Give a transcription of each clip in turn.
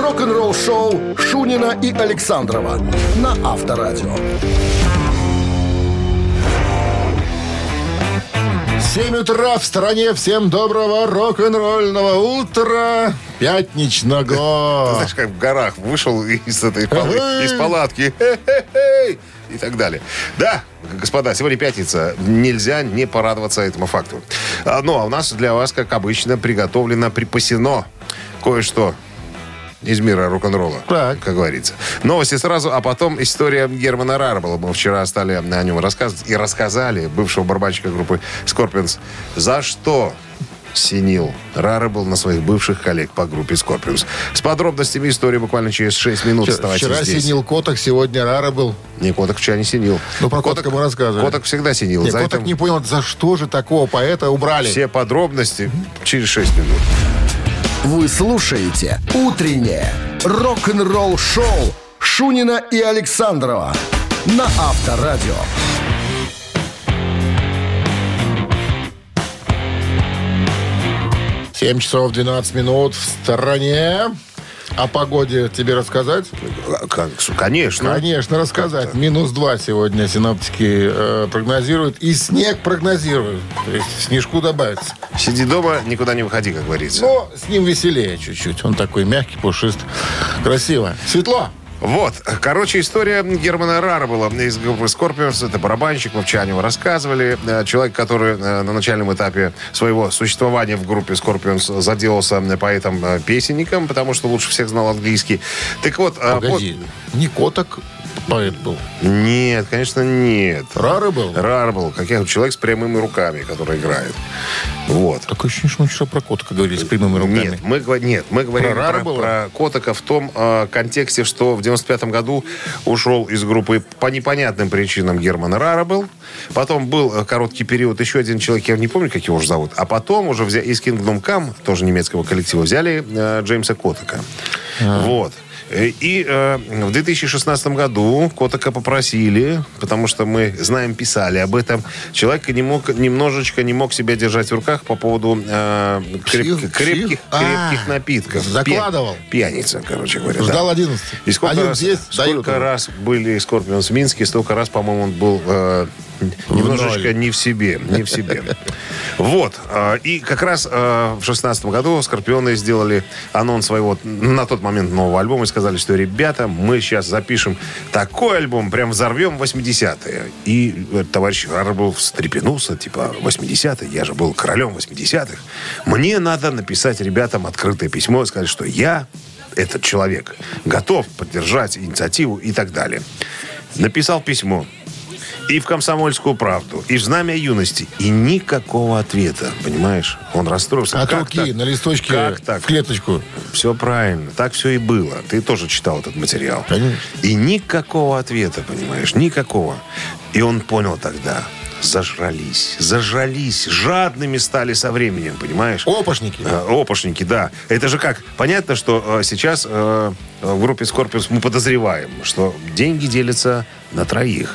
рок-н-ролл-шоу Шунина и Александрова на Авторадио. 7 утра в стране. Всем доброго рок-н-ролльного утра пятничного. Ты знаешь, как в горах вышел из палатки и так далее. Да, господа, сегодня пятница. Нельзя не порадоваться этому факту. Ну, а у нас для вас, как обычно, припасено кое-что из мира рок-н-ролла, так, как говорится. Новости сразу, а потом история Германа Рарабела. Мы вчера стали о нем рассказывать и рассказали бывшего барабанщика группы Scorpions, за что синил Рарабел на своих бывших коллег по группе Scorpions. С подробностями истории буквально через 6 минут. Оставайтесь вчера здесь. Синил Коток, сегодня Рарабел. Не, Коток вчера не синил. Ну, про Котка мы рассказывали. Коток всегда синил. Не, Коток не понял, за что же такого поэта убрали. Все подробности через 6 минут. Вы слушаете «Утреннее рок-н-ролл-шоу» Шунина и Александрова на Авторадио. Семь часов 12 минут в стороне. О погоде тебе рассказать? Конечно. Конечно, рассказать. -2 сегодня синоптики прогнозируют. И снег прогнозируют. То есть снежку добавится. Сиди дома, никуда не выходи, как говорится. Но с ним веселее чуть-чуть. Он такой мягкий, пушистый. Красиво. Светло. Вот, короче, история Германа Рарабела из группы Scorpions. Это барабанщик, мы вчера о нем рассказывали. Человек, который на начальном этапе своего существования в группе Scorpions заделался поэтом-песенником, потому что лучше всех знал английский. Так вот... Погоди, не Коток поэт был? Нет, конечно, нет. Рарабел? Рарабел, как человек с прямыми руками, который играет. Вот. Такое ощущение, что мы вчера про Котока говорили с прямыми руками. Нет, мы говорили про Котока в том контексте, что в 95-м году ушел из группы по непонятным причинам Герман Рарабел. Потом был короткий период, еще один человек, я не помню, как его уже зовут. А потом уже из Kingdom Come, тоже немецкого коллектива, взяли Джеймса Котока. Вот. И в 2016 году Котока попросили, потому что мы знаем, писали об этом, человек немножечко не мог себя держать в руках по поводу крепких напитков. Закладывал. Пьяница, короче говоря. Ждал 11. И сколько раз были Скорпионс в Минске, столько раз, по-моему, он был немножечко не в себе. Вот. И как раз в 2016 году Скорпионы сделали анонс своего на тот момент нового альбома и сказали, что, ребята, мы сейчас запишем такой альбом, прям взорвем 80-е. И товарищ Рарабел встрепенулся, типа, 80-е, я же был королем 80-х. Мне надо написать ребятам открытое письмо и сказать, что я, этот человек, готов поддержать инициативу и так далее. Написал письмо. И в «Комсомольскую правду», и в «Знамя юности». И никакого ответа, понимаешь? Он расстроился. От руки, на листочке, в клеточку. Все правильно. Так все и было. Ты тоже читал этот материал. Конечно. И никакого ответа, понимаешь? Никакого. И он понял тогда. Зажрались. Жадными стали со временем, понимаешь? Опошники. Опошники, да. Это же как? Понятно, что сейчас в группе Scorpions мы подозреваем, что деньги делятся на 3.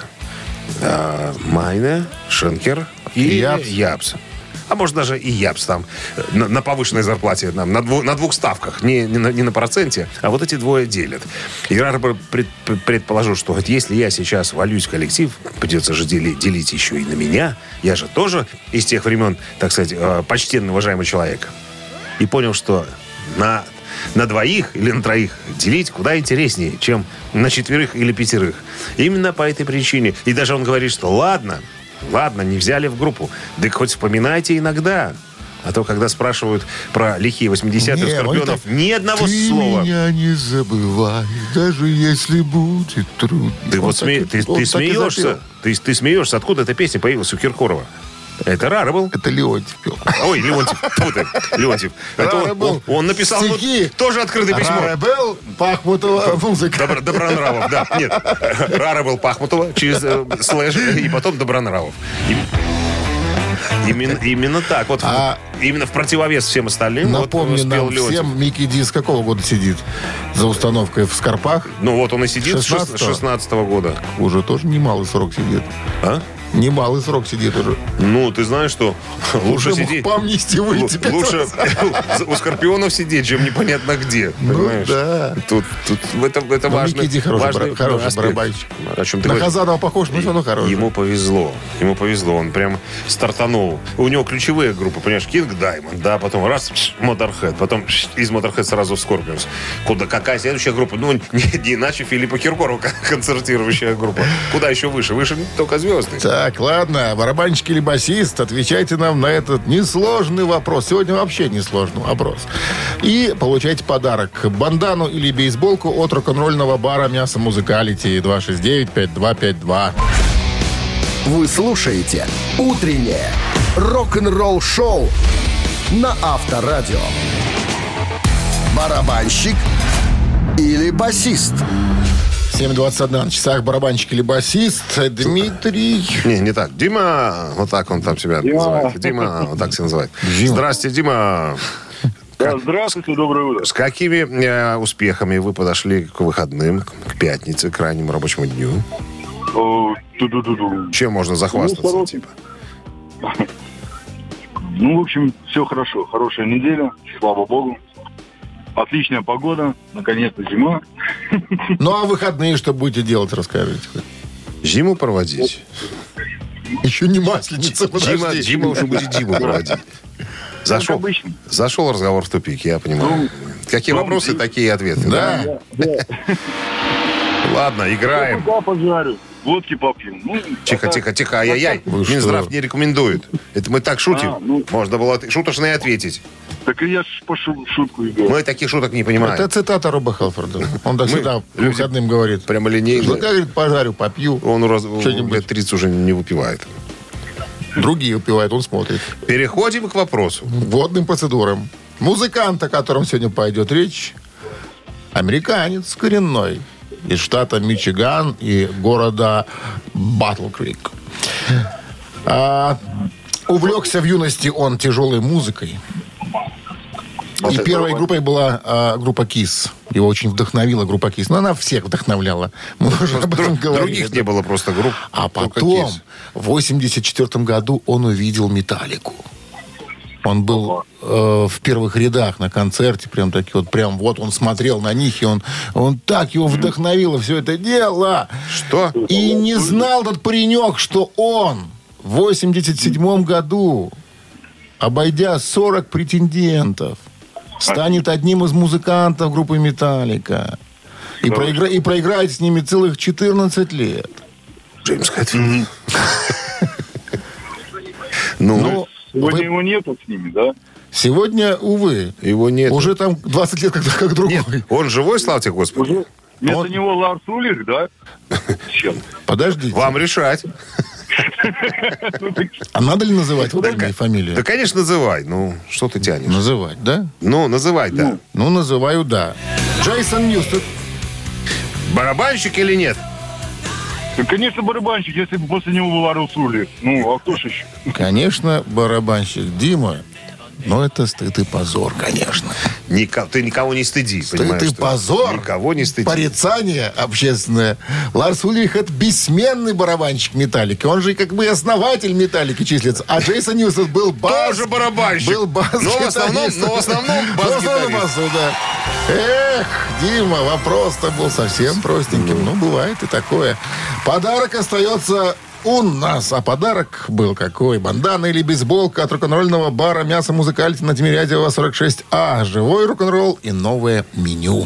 Майне, Шенкер и Япс. А может, даже и Япс там на повышенной зарплате, на 2 ставках. Не на проценте, а вот эти 2 делят. И Рарабел предположил, что если я сейчас валюсь в коллектив, придется же делить еще и на меня. Я же тоже из тех времен, так сказать, почтенный, уважаемый человек. И понял, что на 2 или на 3 делить куда интереснее, чем на 4 или 5. Именно по этой причине. И даже он говорит, что ладно, не взяли в группу. Да хоть вспоминайте иногда. А то, когда спрашивают про лихие 80-е Скорпионов, ни одного слова. Ты меня не забывай, даже если будет трудно. Ты ты смеешься? Ты смеешься? Откуда эта песня появилась у Киркорова? Это Рарабел. Это Леонтьев пел. Ой, Леонтьев. Леонтьев. Это он написал тоже открытое письмо. Рарабел, Пахмутова, музыка. Добронравов, да. Нет. Рарабел, Пахмутова через слэш и потом Добронравов. Именно так. Вот именно в противовес всем остальным. Напомню нам всем, Микки Ди с какого года сидит за установкой в Скорпах? Ну вот он и сидит с 16-го года. Уже тоже немалый срок сидит. А? Немалый срок сидит уже. Ну, ты знаешь, что лучше сидеть... по амнистии выйти 5 Лучше раз. у скорпионов сидеть, чем непонятно где. Понимаешь? да. Тут это важно. Микки Ди хороший барабанщик. О чем ты На говоришь? Хазанова похож, но все равно хороший. Ему повезло. Он прям стартанул. У него ключевые группы, понимаешь, King Diamond, да, потом раз, Motorhead, потом из Motorhead сразу в Scorpions. Какая следующая группа? Ну, не иначе Филиппа Киркорова концертирующая группа. Куда еще выше? Выше только звезды. Так, ладно, барабанщик или басист, отвечайте нам на этот несложный вопрос. Сегодня вообще несложный вопрос. И получайте подарок. Бандану или бейсболку от рок-н-ролльного бара «Мясо Музыкалити» 269-5252. Вы слушаете «Утреннее рок-н-ролл-шоу» на Авторадио. Барабанщик или басист? 7:21 на часах. Барабанщик или басист? Дмитрий. Не так. Дима, вот так он там себя называет. Дима, вот так себя называет. Здрасте, Дима. Да, здравствуйте, доброе утро. С какими успехами вы подошли к выходным, к пятнице, к раннему рабочему дню? Чем можно захвастаться, типа? Ну, в общем, все хорошо. Хорошая неделя, слава богу. Отличная погода, наконец-то зима. Ну, а выходные что будете делать, расскажите. Зиму проводить? Еще не масленица, подожди. Дима уже будет зиму проводить. Зашел разговор в тупик, я понимаю. Какие вопросы, такие и ответы. Да. Ладно, играем. Я пожарю, водки попью. Тихо, ай-яй-яй. Минздрав не рекомендует. Это мы так шутим. Можно было шуточно и ответить. Так и я по шутку играю. Мы таких шуток не понимаем. Это цитата Роба Халфорда. Он всегда по выходным говорит. Прямо линейно. Я, говорит, пожарю, попью. Он лет 30 уже не выпивает. Другие выпивают, он смотрит. Переходим к вопросу. Водным процедурам. Музыкант, о котором сегодня пойдет речь, американец коренной из штата Мичиган и города Батл-Крик. Увлекся в юности он тяжелой музыкой. И первой группой была группа Kiss. Его очень вдохновила группа Kiss. Но она всех вдохновляла. Мы уже об этом говорили. Других не было просто групп. А потом, в 1984 году, он увидел «Металлику». Он был в первых рядах на концерте. Прям он смотрел на них, и он так его вдохновило все это дело. Что? И не знал этот паренек, что он в 1987 году, обойдя 40 претендентов, станет одним из музыкантов группы «Металлика». И проиграет с ними целых 14 лет. Джеймс Хэтфилд. Сегодня его нету с ними, да? Сегодня, увы. Его нет. Уже там 20 лет как другой. Нет, он живой, славьте Господи. Уже вместо него Ларс Улрих, да? Чем? Подождите. Вам решать. А надо ли называть вот имя и фамилию? Да, конечно, называй. Ну, что ты тянешь? Называть, да? Ну, называй, да. Ну, называю, да. Джейсон Ньюстед. Барабанщик или нет? Да, конечно, барабанщик, если бы после него был Ларс Улрих. Ну, а кто ж еще? Конечно, барабанщик Дима. Но это стыд и позор, конечно. Ты никого не стыди, понимаешь? Стыд и позор. Никого не стыди. Порицание общественное. Ларс Ульрих — это бессменный барабанщик «Металлики». Он же как бы основатель «Металлики» числится. А Джейсон Ньюстед был Тоже барабанщик. Был бас-гитарист. Но в основном бас-гитарист. Да. Эх, Дима, вопрос-то был совсем простеньким. Ну, бывает и такое. Подарок остается у нас. А подарок был какой? Бандана или бейсболка от рок-н-ролльного бара «Мясо Музыкалити» на Тимирязева 46А. Живой рок-н-ролл и новое меню.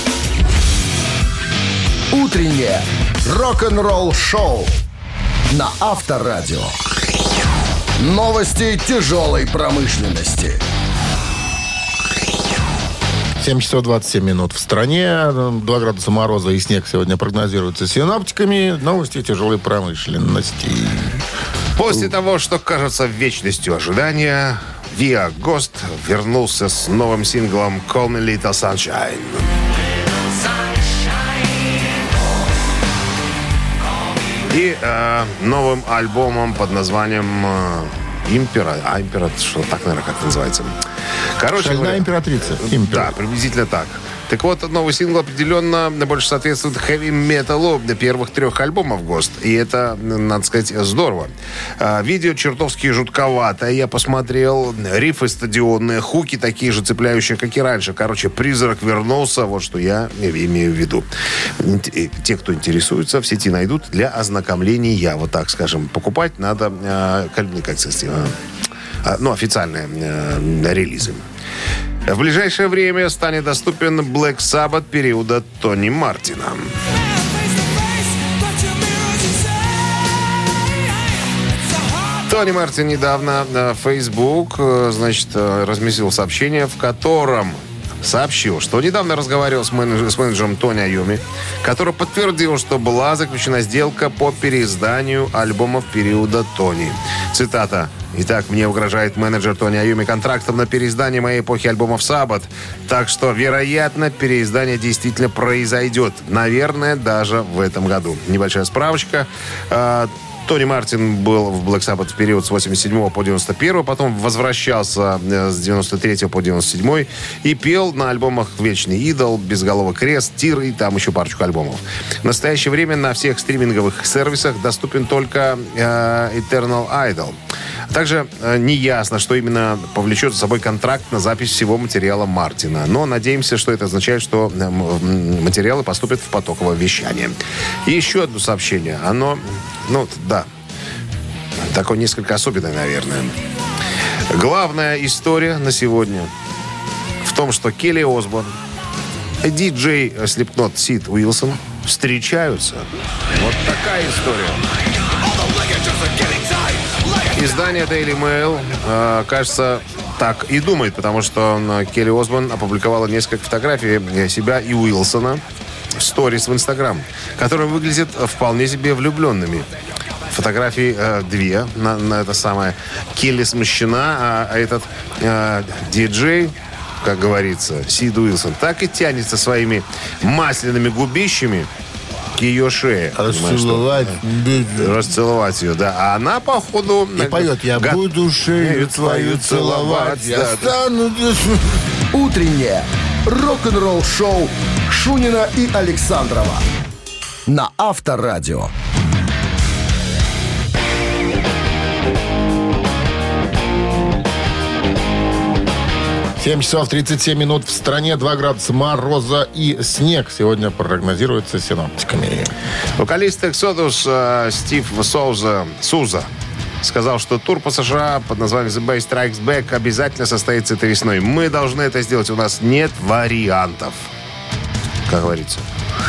Утреннее рок-н-ролл-шоу на Авторадио. Новости тяжелой промышленности. 7 часов 27 минут в стране. 2 градуса мороза и снег сегодня прогнозируются синоптиками. Новости тяжелой промышленности. После того, что кажется вечностью ожидания, Via Ghost вернулся с новым синглом «Call Me Little Sunshine». И новым альбомом под названием «Импера». Что так, наверное, как называется. Короче «Шальная говоря, императрица». Да, приблизительно так. Так вот, новый сингл определенно больше соответствует хэви-металу первых 3 альбомов Ghost. И это, надо сказать, здорово. Видео чертовски жутковатое. Я посмотрел. Рифы стадионные, хуки такие же цепляющие, как и раньше. Короче, призрак вернулся. Вот что я имею в виду. Те, кто интересуется, в сети найдут для ознакомления. Вот так скажем. Покупать надо, как сказать, официальные релизы. В ближайшее время станет доступен Black Sabbath периода Тони Мартина. Тони Мартин недавно на Facebook, разместил сообщение, в котором сообщил, что недавно разговаривал с менеджером Тони Айоми, который подтвердил, что была заключена сделка по переизданию альбомов периода Тони. Цитата. «Итак, мне угрожает менеджер Тони Айоми контрактом на переиздание моей эпохи альбомов Sabbath. Так что, вероятно, переиздание действительно произойдет. Наверное, даже в этом году». Небольшая справочка. Тони Мартин был в Black Sabbath в период с 87 по 91, потом возвращался с 93 по 97 и пел на альбомах «Вечный идол», «Безголовый крест», «Тир» и там еще парочку альбомов. В настоящее время на всех стриминговых сервисах доступен только Eternal Idol. Также неясно, что именно повлечет за собой контракт на запись всего материала Мартина. Но надеемся, что это означает, что материалы поступят в потоковое вещание. И еще одно сообщение. Оно, такое несколько особенное, наверное. Главная история на сегодня в том, что Келли Осборн, диджей Slipknot Сид Уилсон встречаются. Вот такая история. Издание Daily Mail, кажется, так и думает, потому что Келли Осборн опубликовала несколько фотографий себя и Уилсона в сторис в Инстаграм, которые выглядят вполне себе влюбленными. Фотографии 2 на это самое. Келли смущена, а этот диджей, как говорится, Сид Уилсон, так и тянется своими масляными губищами к ее шее. Расцеловать ее, да. А она, походу... И поет: «Я буду шею твою целовать, я стану...» Утреннее рок-н-ролл-шоу Шунина и Александрова на Авторадио. 7 часов 37 минут в стране, 2 градуса мороза и снег сегодня прогнозируется синоптиками. Вокалист Exodus Стив Суза сказал, что тур по США под названием The Bass Strikes Back обязательно состоится этой весной. Мы должны это сделать, у нас нет вариантов, как говорится.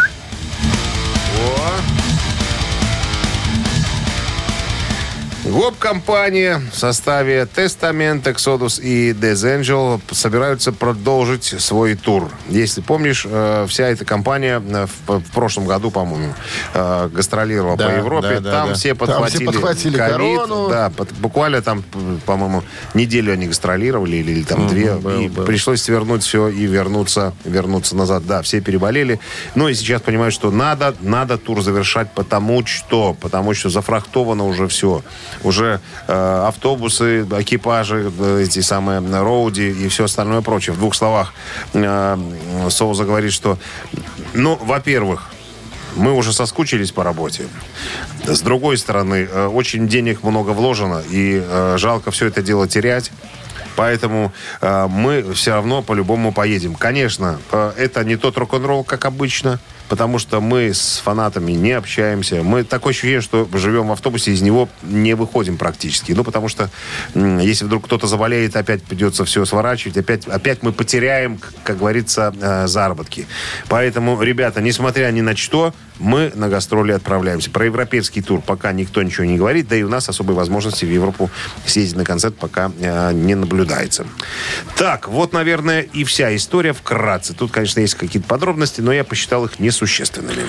Гоп-компания в составе Testament, Exodus и Death Angel собираются продолжить свой тур. Если помнишь, вся эта компания в прошлом году, по-моему, гастролировала по Европе. Там все подхватили корону. Да, буквально там, по-моему, неделю они гастролировали или там 2. Пришлось свернуть все и вернуться назад. Да, все переболели. Ну и сейчас понимают, что надо тур завершать, потому что зафрахтовано уже все. Уже автобусы, экипажи, эти самые роуди и все остальное прочее. В 2 словах Соуза говорит, что, во-первых, мы уже соскучились по работе. С другой стороны, очень денег много вложено, и жалко все это дело терять. Поэтому мы все равно по-любому поедем. Конечно, это не тот рок-н-ролл, как обычно, потому что мы с фанатами не общаемся. Мы такое ощущение, что живем в автобусе, из него не выходим практически. Потому что если вдруг кто-то заболеет, опять придется все сворачивать. Опять мы потеряем, как говорится, заработки. Поэтому, ребята, несмотря ни на что, мы на гастроли отправляемся. Про европейский тур пока никто ничего не говорит, да и у нас особой возможности в Европу съездить на концерт пока не наблюдается. Так, вот, наверное, и вся история вкратце. Тут, конечно, есть какие-то подробности, но я посчитал их несущественными.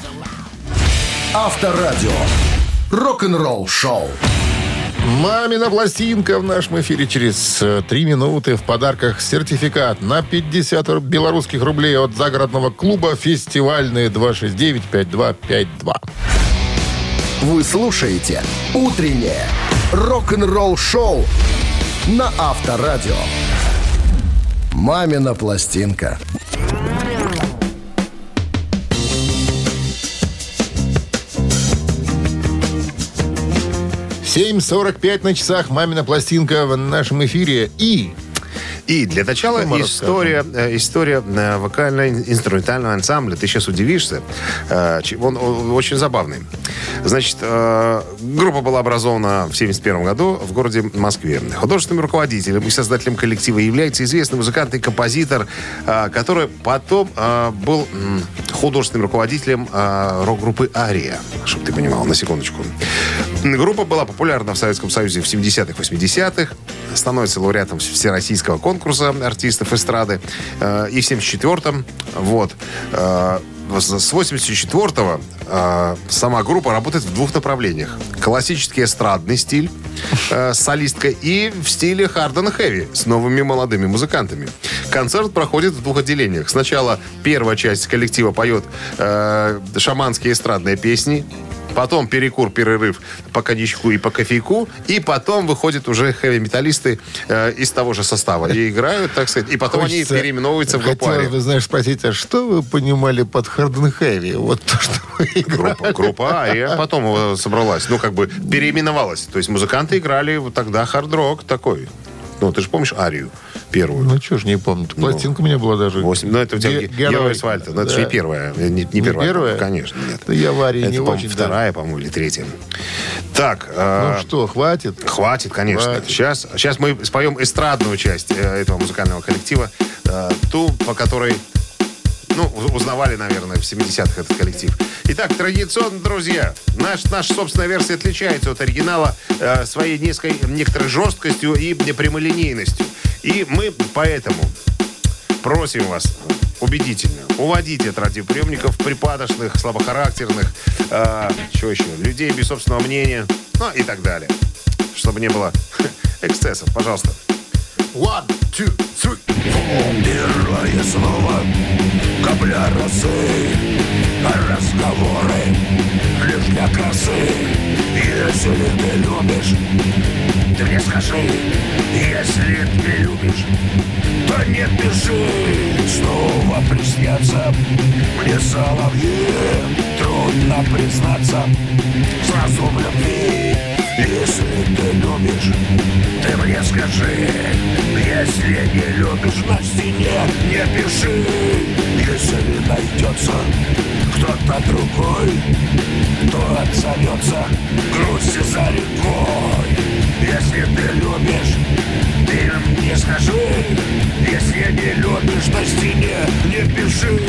Авторадио. Рок-н-ролл шоу. «Мамина пластинка» в нашем эфире через 3 минуты. В подарках сертификат на 50 белорусских рублей от загородного клуба «Фестивальные» 269-5252. Вы слушаете «Утреннее рок-н-ролл шоу» на Авторадио. «Мамина пластинка». 7:45 на часах. «Мамина пластинка» в нашем эфире. И для начала история вокально-инструментального ансамбля. Ты сейчас удивишься. Он очень забавный. Значит, группа была образована в 1971 году в городе Москве. Художественным руководителем и создателем коллектива является известный музыкант и композитор, который потом был художественным руководителем рок-группы «Ария». Чтобы ты понимал, на секундочку. Группа была популярна в Советском Союзе в 70-х, 80-х. Становится лауреатом Всероссийского конкурса артистов эстрады. И в 74-м, вот, с 84-го сама группа работает в двух направлениях. Классический эстрадный стиль с солисткой и в стиле hard and heavy с новыми молодыми музыкантами. Концерт проходит в двух отделениях. Сначала первая часть коллектива поет шаманские эстрадные песни. Потом перерыв по коньячку и по кофейку. И потом выходят уже хэви-металлисты из того же состава. И играют, так сказать. И потом они переименовываются в группу «Ария». Хотелось бы, знаешь, спросить, а что вы понимали под hard and heavy? Вот то, что вы играли. Группа «Ария» потом собралась. Ну, как бы переименовалась. То есть музыканты играли вот тогда хард-рок такой. Ну, ты же помнишь «Арию» первую? Ну, что ж не помню. Пластинка у меня была даже. 8. Ну, это у тебя «Герой асфальта». Но это же не первая. Не первая. Первая? Конечно, нет. Я в «Арии» это, не очень. Вторая, по-моему, или третья. Так. Ну что, хватит? Хватит, конечно. Хватит. Сейчас мы споем эстрадную часть этого музыкального коллектива. Ту, по которой... Ну, узнавали, наверное, в 70-х этот коллектив. Итак, традиционно, друзья, наша собственная версия отличается от оригинала своей некоторой жесткостью и прямолинейностью. И мы поэтому просим вас убедительно уводить от радиоприемников припадочных, слабохарактерных, что еще, людей без собственного мнения, ну и так далее. Чтобы не было эксцессов. Пожалуйста. 1, 2, 3. Первое слово, капля росы, разговоры лишь для красы. Если ты любишь, ты мне скажи. Если ты любишь, то не бежи. Снова приснятся мне соловьи. Трудно признаться сразу в любви. Если ты любишь, ты мне скажи. Если не любишь, на стене не пиши. Если найдется кто-то другой, кто отзовется грустью за рекой. Если ты любишь, ты мне скажи. Если не любишь, на стене не пиши.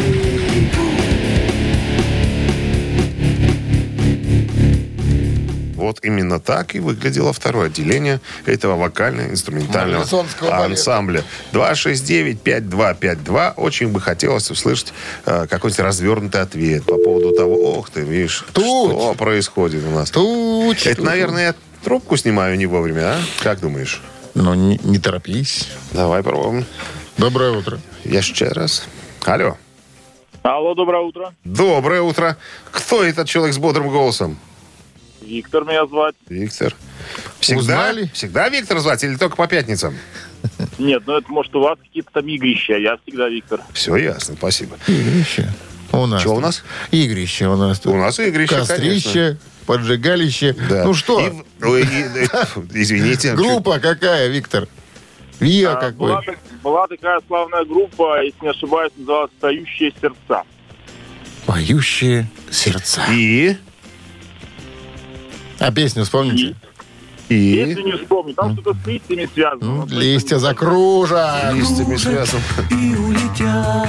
Вот именно так и выглядело второе отделение этого вокально-инструментального ансамбля. 269-5252. Очень бы хотелось услышать какой-нибудь развернутый ответ по поводу того, ох ты, видишь, что происходит у нас. Это, наверное, я трубку снимаю не вовремя, а? Как думаешь? Ну, не торопись. Давай попробуем. Доброе утро. Еще раз. Алло. Алло, доброе утро. Доброе утро. Кто этот человек с бодрым голосом? Виктор меня звать. Виктор. Узнали? Всегда Виктор звать или только по пятницам? Нет, ну это может у вас какие-то там игрища, я всегда Виктор. Все ясно, спасибо. Игрище. У нас. Что у нас? Игрище у нас. У нас игрище, кострище, конечно. Поджигалище. Да. Ну что? Извините. Группа какая, Виктор? ВИА какой? Была такая славная группа, если не ошибаюсь, называлась «Поющие сердца». «Поющие сердца». И? А песню вспомните? Песню не вспомню. Там что-то с листьями связано. Листья закружат. Листьями связано. И улетят.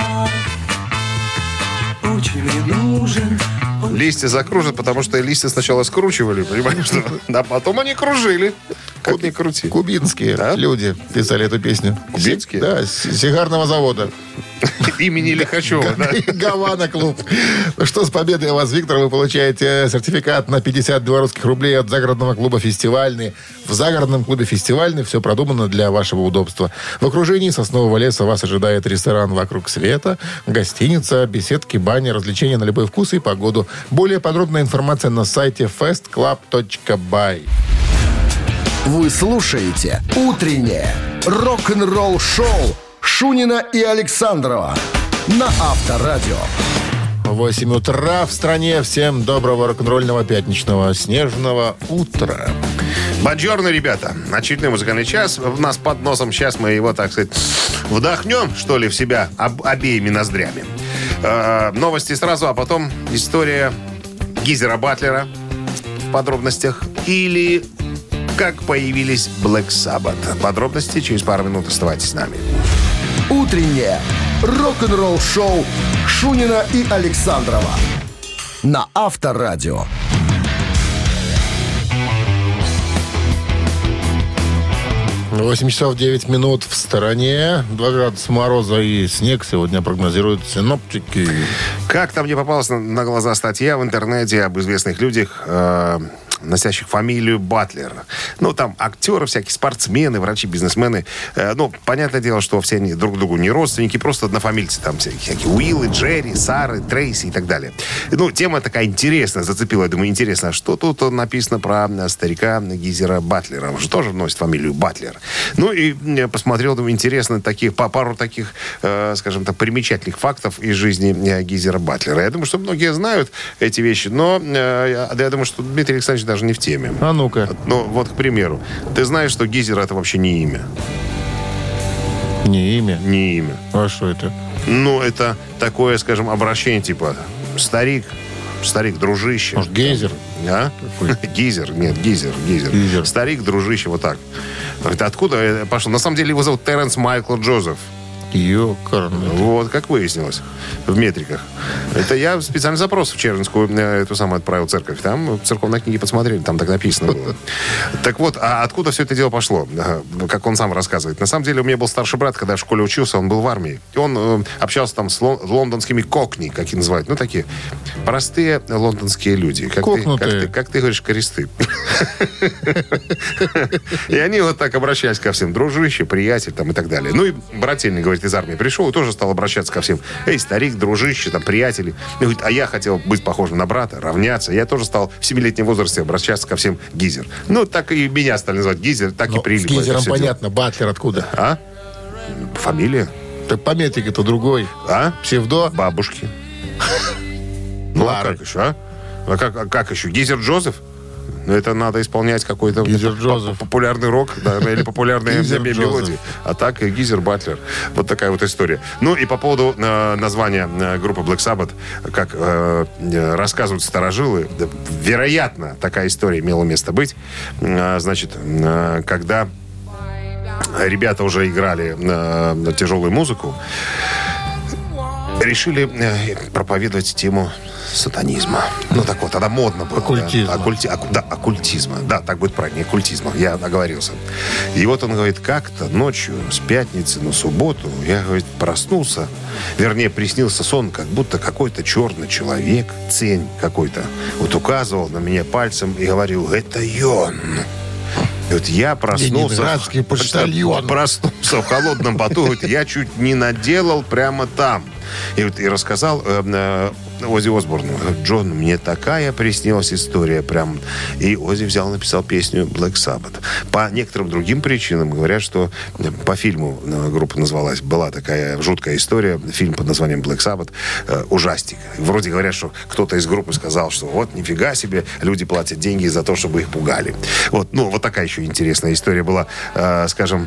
Очень мне нужен. Листья закружат, потому что листья сначала скручивали, понимаешь, что? А потом они кружили. Как ни крути. Кубинские люди писали эту песню. Кубинские? Да, с сигарного завода. Имени Лихачева, да? Гавана клуб. Ну что, с победой у вас, Виктор, вы получаете сертификат на 50 белорусских рублей от загородного клуба «Фестивальный». В загородном клубе «Фестивальный» все продумано для вашего удобства. В окружении соснового леса вас ожидает ресторан «Вокруг света», гостиница, беседки, баня, развлечения на любой вкус и погоду. Более подробная информация на сайте festclub.by. Вы слушаете «Утреннее рок-н-ролл-шоу» Шунина и Александрова на Авторадио. 8 утра в стране. Всем доброго рок-н-ролльного пятничного снежного утра. Бонжорно, ребята. Очередной музыкальный час. У нас под носом. Сейчас мы его, так сказать, вдохнем, что ли, в себя обеими ноздрями. Новости сразу, а потом история Гизера Батлера в подробностях. Или как появились Black Sabbath. Подробности через пару минут. Оставайтесь с нами. Утреннее рок-н-ролл-шоу Шунина и Александрова на Авторадио. 8 часов 9 минут в стороне. 2 градуса мороза и снег сегодня прогнозируют синоптики. Как-то мне попалась на глаза статья в интернете об известных людях, носящих фамилию Батлер. Ну, там актеры, всякие спортсмены, врачи, бизнесмены. Ну, понятное дело, что все они друг другу не родственники, просто однофамильцы. Там всякие Уиллы, Джерри, Сары, Трейси и так далее. Ну, тема такая интересная, зацепила. Я думаю, интересно, а что тут написано про старика Гизера Батлера? Он же тоже носит фамилию Батлер. Ну, и посмотрел, думаю, интересно, пару таких, скажем так, примечательных фактов из жизни Гизера Батлера. Я думаю, что многие знают эти вещи, но я думаю, что Дмитрий Александрович даже не в теме. А ну-ка. Ну, вот, к примеру. Ты знаешь, что Гизер — это вообще не имя? Не имя? Не имя. А что это? Ну, это такое, скажем, обращение типа старик, дружище. Может, Гейзер? А? Гизер. Нет, Гизер. Старик, дружище, вот так. Это откуда пошло? На самом деле его зовут Теренс Майкл Джозеф. Ёкарный. Вот, как выяснилось, в метриках. Это я специальный запрос в Чернинскую эту самую отправил церковь. Там в церковной книге посмотрели, там так написано было. Так вот, а откуда все это дело пошло? Как он сам рассказывает. На самом деле, у меня был старший брат, когда я в школе учился, он был в армии. И он общался там с лондонскими кокни, как их называют. Ну, такие простые лондонские люди. Как ты говоришь, користы. И они вот так обращались ко всем. Дружище, приятель там и так далее. Ну, и брательный, говорит, из армии пришел и тоже стал обращаться ко всем. Эй, старик, дружище, там, приятели. И говорит, а я хотел быть похожим на брата, равняться. Я тоже стал в 7-летнем возрасте обращаться ко всем Гизер. Ну, так и меня стали называть Гизер, так и прилипло. С Гизером понятно, Батлер откуда? А? Фамилия? Так по метрике-то другой. А? Псевдо? Бабушки. Ну, а как еще, а? А как еще? Гизер Джозеф? Ну, это надо исполнять какой-то популярный рок, да, или популярные мелодии. А так Гизер Батлер. Вот такая вот история. Ну, и по поводу названия группы Black Sabbath, как рассказывают старожилы, вероятно, такая история имела место быть. Значит, когда ребята уже играли тяжелую музыку, решили проповедовать тему сатанизма. Ну, так вот, тогда модно было. Оккультизма. Оккультизма. Да, так будет правильнее, оккультизма. Я оговорился. И вот он говорит, как-то ночью с пятницы на субботу я, говорит, проснулся, вернее, приснился сон, как будто какой-то черный человек, тень какой-то, вот указывал на меня пальцем и говорил, это он. И вот я проснулся в холодном поту, говорит, я чуть не наделал прямо там. И вот и рассказал Оззи Осборну. Джон, мне такая приснилась история прям. И Оззи взял, написал песню Black Sabbath. По некоторым другим причинам говорят, что по фильму группа называлась, была такая жуткая история, фильм под названием Black Sabbath, ужастик. Вроде говорят, что кто-то из группы сказал, что вот нифига себе, люди платят деньги за то, чтобы их пугали. Вот, ну, вот такая еще интересная история была, скажем...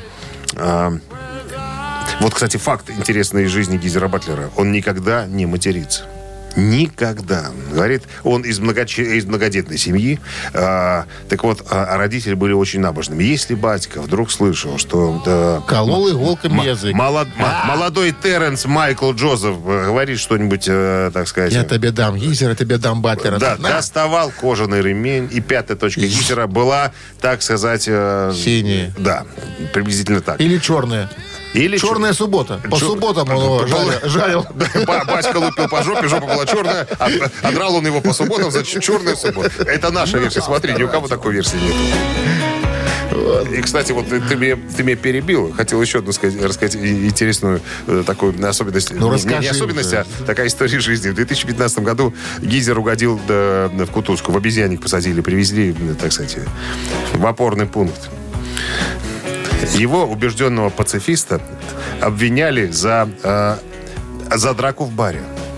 Вот, кстати, факт интересный из жизни Гизера Батлера. Он никогда не матерится. Никогда. Говорит, он из многодетной семьи. Так вот, родители были очень набожными. Если батька вдруг слышал, что... колол иголками язык. Молодой Теренс Майкл Джозеф говорит что-нибудь, так сказать... Я тебе дам Гизера, я тебе дам Батлера. Да, доставал кожаный ремень. И пятая точка Гизера была, так сказать... синяя. Да, приблизительно так. Или черная. Или черная суббота. По субботам он его жарил. Батька лупил по жопе, жопа была черная, а драл он его по субботам, значит, черная суббота. Это наша версия. Смотри, ни у кого такой версии нет. И, кстати, вот ты меня перебил. Хотел еще одну рассказать интересную такую особенность. Ну, не особенность, а такая история жизни. В 2015 году Гизер угодил в кутузку. В обезьянник посадили, привезли, так сказать, в опорный пункт. Его, убежденного пацифиста, обвиняли за драку в баре.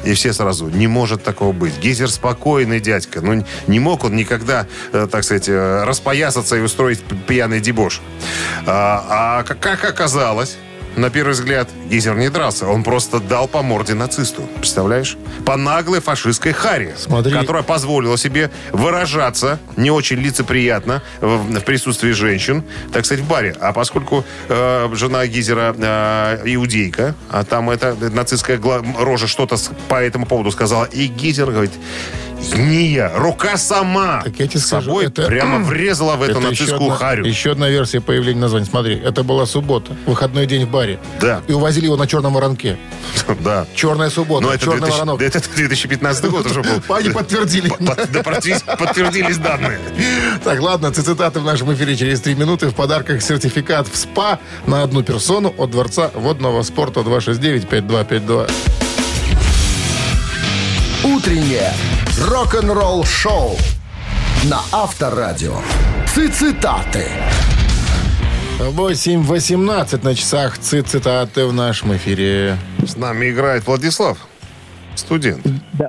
И все сразу, не может такого быть. Гейзер спокойный дядька. Ну, не мог он никогда, так сказать, распоясаться и устроить пьяный дебош. Как оказалось, на первый взгляд, Гейзер не дрался. Он просто дал по морде нацисту. Представляешь? По наглой фашистской харе. Смотри. Которая позволила себе выражаться не очень лицеприятно в присутствии женщин, так сказать, в баре. А поскольку жена Гейзера иудейка, а там эта нацистская рожа что-то по этому поводу сказала, и Гейзер говорит... Не я, рука сама Так я тебе скажу, собой это, прямо врезала в эту нацистскую харю. Еще одна версия появления названия. Смотри, это была суббота, выходной день в баре. Да. И увозили его на черном воронке. Да. Черная суббота, Но это черный воронок. Это 2015 год уже был. Они подтвердили. Подтвердились данные. Так, ладно, цитаты в нашем эфире через 3 минуты. В подарках сертификат в СПА на одну персону от Дворца водного спорта 269-5252. Утреннее рок-н-ролл-шоу на Авторадио. Цитаты. 8:18 на часах. Цитаты в нашем эфире. С нами играет Владислав, студент.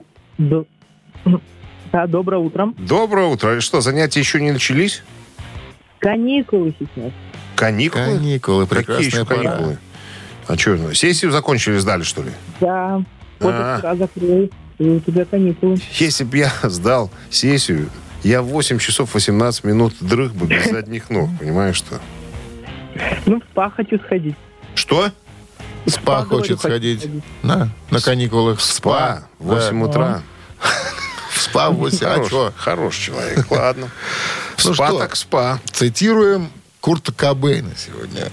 Да, доброе утро. Доброе утро. И что, занятия еще не начались? Каникулы сейчас. Каникулы? Каникулы, Какие прекрасная еще пора. каникулы? А что, сессию закончили, сдали, что ли? Да, вот вчера закрыл, и у тебя каникулы. Если бы я сдал сессию, я в 8 часов 18 минут дрых бы без задних ног. Понимаешь, что? Ну, в СПА хочу сходить. Что? В СПА говорю, хочет хочу сходить. сходить. На каникулах в СПА. В 8 утра. В СПА в 8. А что? Хороший человек, ладно. Ну Спа что? так спа. Цитируем Курта Кобейна сегодня.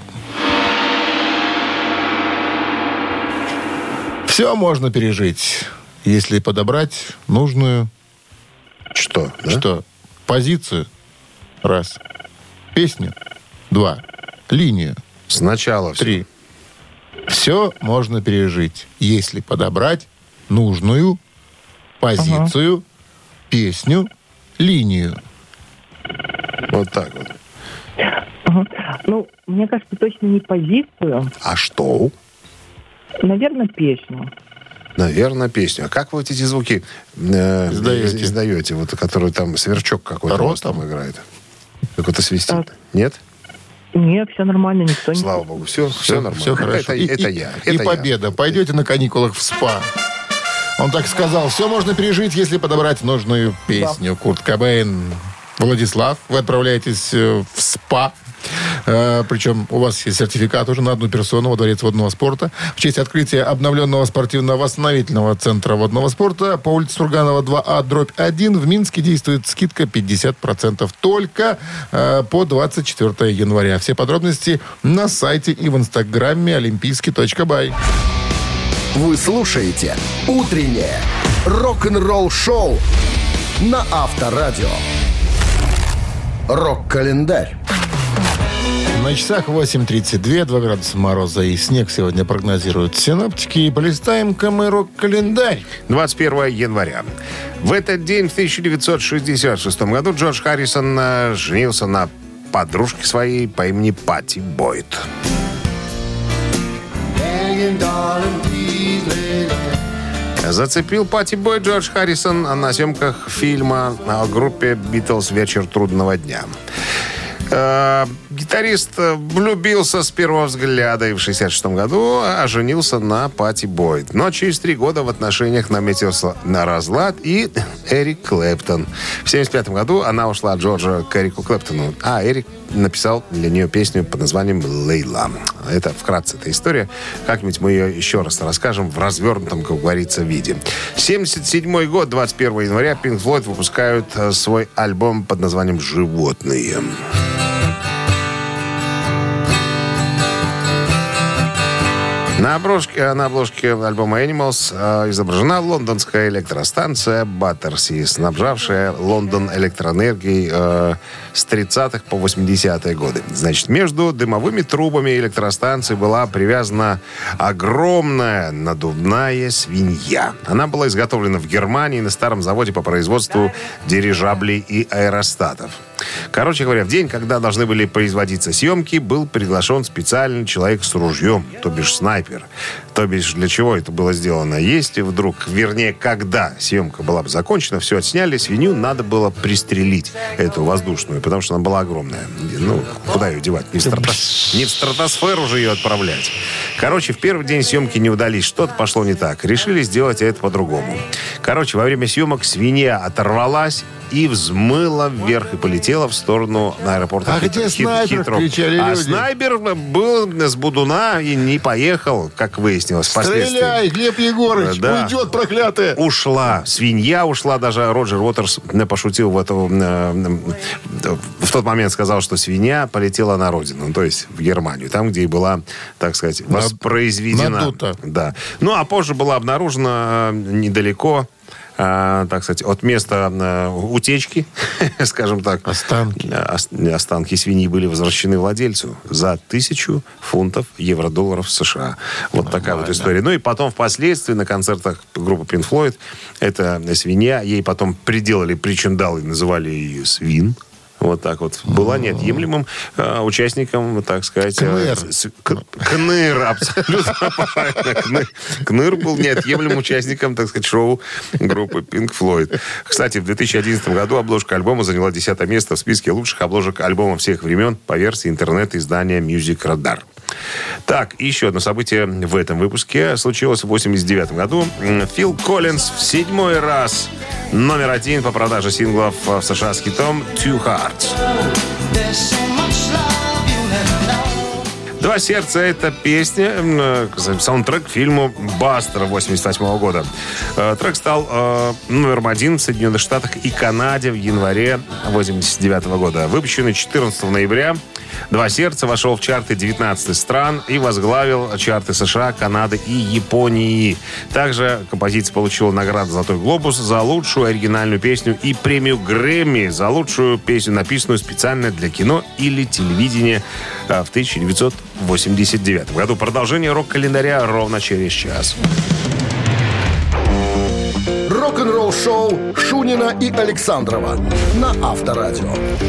Все можно пережить, если подобрать нужную Что? Да? что? Позицию. Раз. Песню. Два. Линию. Сначала все. Три. Все можно пережить, если подобрать нужную позицию, песню, линию. Вот так вот. Ага. Ну, мне кажется, точно не позицию. А что? Наверное, песню. Наверное, песню. А как вы эти звуки издаете? Вот, который там сверчок какой-то у вас там играет. Какой-то свистит. Так. Нет? Нет, все нормально, никто не... Слава богу, все нормально. Все хорошо. Это я. И победа. Пойдете на каникулах в СПА. Он так сказал. Все можно пережить, если подобрать нужную песню. Курт Кобейн. Владислав, вы отправляетесь в СПА. Причем у вас есть сертификат уже на одну персону во Дворец водного спорта. В честь открытия обновленного спортивно-восстановительного центра водного спорта по улице Сурганова 2А/1 в Минске действует скидка 50% только по 24 января. Все подробности на сайте и в инстаграме олимпийский.бай. Вы слушаете «Утреннее рок-н-ролл-шоу» на Авторадио. Рок-календарь. На часах 8:32, 2 градуса мороза и снег сегодня прогнозируют синоптики. Полистаем-ка мы рок-календарь. 21 января. В этот день, в 1966 году, Джордж Харрисон женился на подружке своей по имени Патти Бойд. Зацепил Патти Бойд Джордж Харрисон на съемках фильма о группе «Битлз. Вечер трудного дня». Гитарист влюбился с первого взгляда и в 1966 году женился на Патти Бойд. Но через 3 года в отношениях наметился на разлад и Эрик Клэптон. В 1975 году она ушла от Джорджа к Эрику Клэптону, а Эрик написал для нее песню под названием «Лейла». Это вкратце эта история. Как-нибудь мы ее еще раз расскажем в развернутом, как говорится, виде. 1977 год, 21 января, Pink Floyd выпускают свой альбом под названием «Животные». На обложке альбома Animals изображена лондонская электростанция Баттерси, снабжавшая Лондон электроэнергией с 30-х по 80-е годы. Значит, между дымовыми трубами электростанции была привязана огромная надувная свинья. Она была изготовлена в Германии на старом заводе по производству дирижаблей и аэростатов. Короче говоря, в день, когда должны были производиться съемки, был приглашен специальный человек с ружьем, то бишь снайпер. То бишь, для чего это было сделано? Если вдруг, вернее, когда съемка была бы закончена, все отсняли, свинью надо было пристрелить, эту воздушную, потому что она была огромная. Ну, куда ее девать? Не в стратосферу же ее отправлять. Короче, в первый день съемки не удались. Что-то пошло не так. Решили сделать это по-другому. Короче, во время съемок свинья оторвалась и взмыла вверх и полетела в сторону аэропорта. А где снайпер? Кричали люди. Снайпер был с будуна и не поехал, как выяснилось впоследствии. Стреляй, Глеб Егорыч, уйдет, проклятая. Ушла. Свинья ушла. Даже Роджер Уотерс пошутил в тот момент, сказал, что свинья полетела на родину, то есть в Германию, там, где и была, так сказать, воспроизведена. Надута. Да. Ну, а позже была обнаружена недалеко, так сказать, от места утечки, скажем так. Останки. Останки свиньи были возвращены владельцу за 1000 фунтов евро-долларов США. Вот такая вот история. Ну и потом впоследствии на концертах группы Pink Floyd эта свинья, ей потом приделали причиндалы, называли ее Свин. Вот так вот. Была неотъемлемым участником, так сказать... Кныр, абсолютно правильно. Кныр был неотъемлемым участником, так сказать, шоу группы Pink Floyd. Кстати, в 2011 году обложка альбома заняла 10 место в списке лучших обложек альбома всех времен по версии интернет-издания Music Radar. Так, еще одно событие в этом выпуске случилось в 1989 году. Фил Коллинз в 7-й раз номер 1 по продаже синглов в США с хитом «Two Hearts». «Два сердца» — это песня, саундтрек к фильму «Бастер» 1988 года. Трек стал номером 1 в Соединенных Штатах и Канаде в январе 1989 года. Выпущенный 14 ноября, «Два сердца» вошел в чарты 19 стран и возглавил чарты США, Канады и Японии. Также композиция получила награду «Золотой глобус» за лучшую оригинальную песню и премию Грэмми за лучшую песню, написанную специально для кино или телевидения в 1989 году. Продолжение рок-календаря ровно через час. Рок-н-ролл шоу Шунина и Александрова на Авторадио.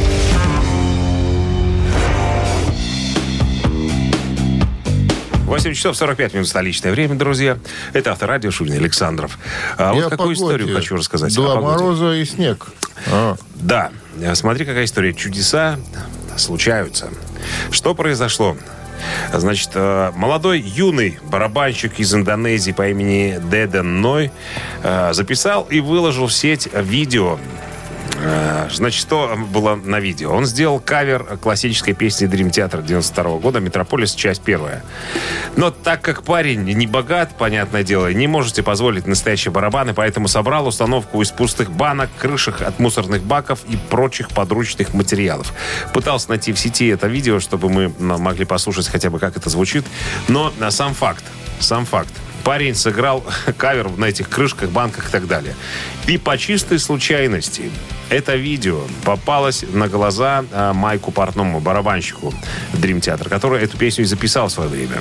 8 часов 45 минут столичное время, друзья. Это Авторадио, Шунин и Александров. Вот какую историю хочу рассказать. Два мороза и снег. Да, смотри, какая история. Чудеса случаются. Что произошло? Значит, молодой, юный барабанщик из Индонезии по имени Деден Ной записал и выложил в сеть видео. Значит, что было на видео? Он сделал кавер классической песни Dream Theater 92 года «Метрополис. Часть первая». Но так как парень не богат, понятное дело, не можете позволить настоящие барабаны, поэтому собрал установку из пустых банок, крышек от мусорных баков и прочих подручных материалов. Пытался найти в сети это видео, чтобы мы могли послушать хотя бы, как это звучит. Но сам факт. Парень сыграл кавер на этих крышках, банках и так далее. И по чистой случайности это видео попалось на глаза Майку Портному, барабанщику Dream Theater, который эту песню и записал в свое время.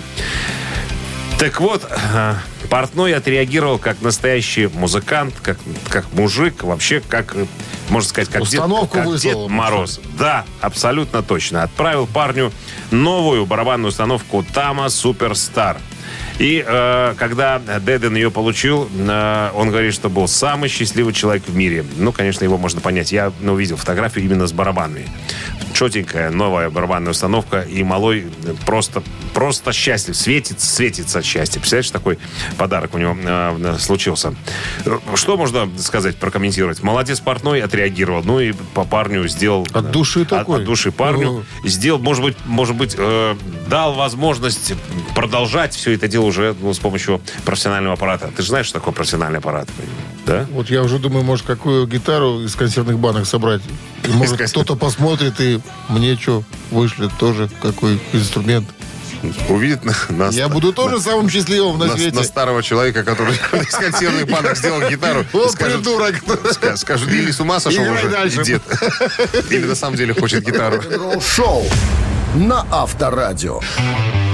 Так вот, Портной отреагировал как настоящий музыкант, как мужик, вообще как, можно сказать, как Дед Мороз. Да, абсолютно точно. Отправил парню новую барабанную установку Tama Superstar. И когда Деден ее получил, он говорит, что был самый счастливый человек в мире. Ну, конечно, его можно понять. Я увидел фотографию именно с барабанами. Четенькая новая барабанная установка. И малой просто счастлив. Светится от счастья. Представляешь, такой подарок у него случился. Что можно сказать, прокомментировать? Молодец, Портной отреагировал. Ну и по парню сделал... От души такой. От души парню. Сделал, может быть, дал возможность продолжать все это дело уже с помощью профессионального аппарата. Ты же знаешь, что такое профессиональный аппарат? Да? Вот я уже думаю, может, какую гитару из консервных банок собрать. И, может, кто-то посмотрит и мне что, вышлет тоже какой инструмент. Увидит нас. Я буду тоже самым счастливым на свете. На старого человека, который из консервных банок сделал гитару. Вот придурок. Скажет, или с ума сошел уже, дед. Или на самом деле хочет гитару. Шоу на Авторадио.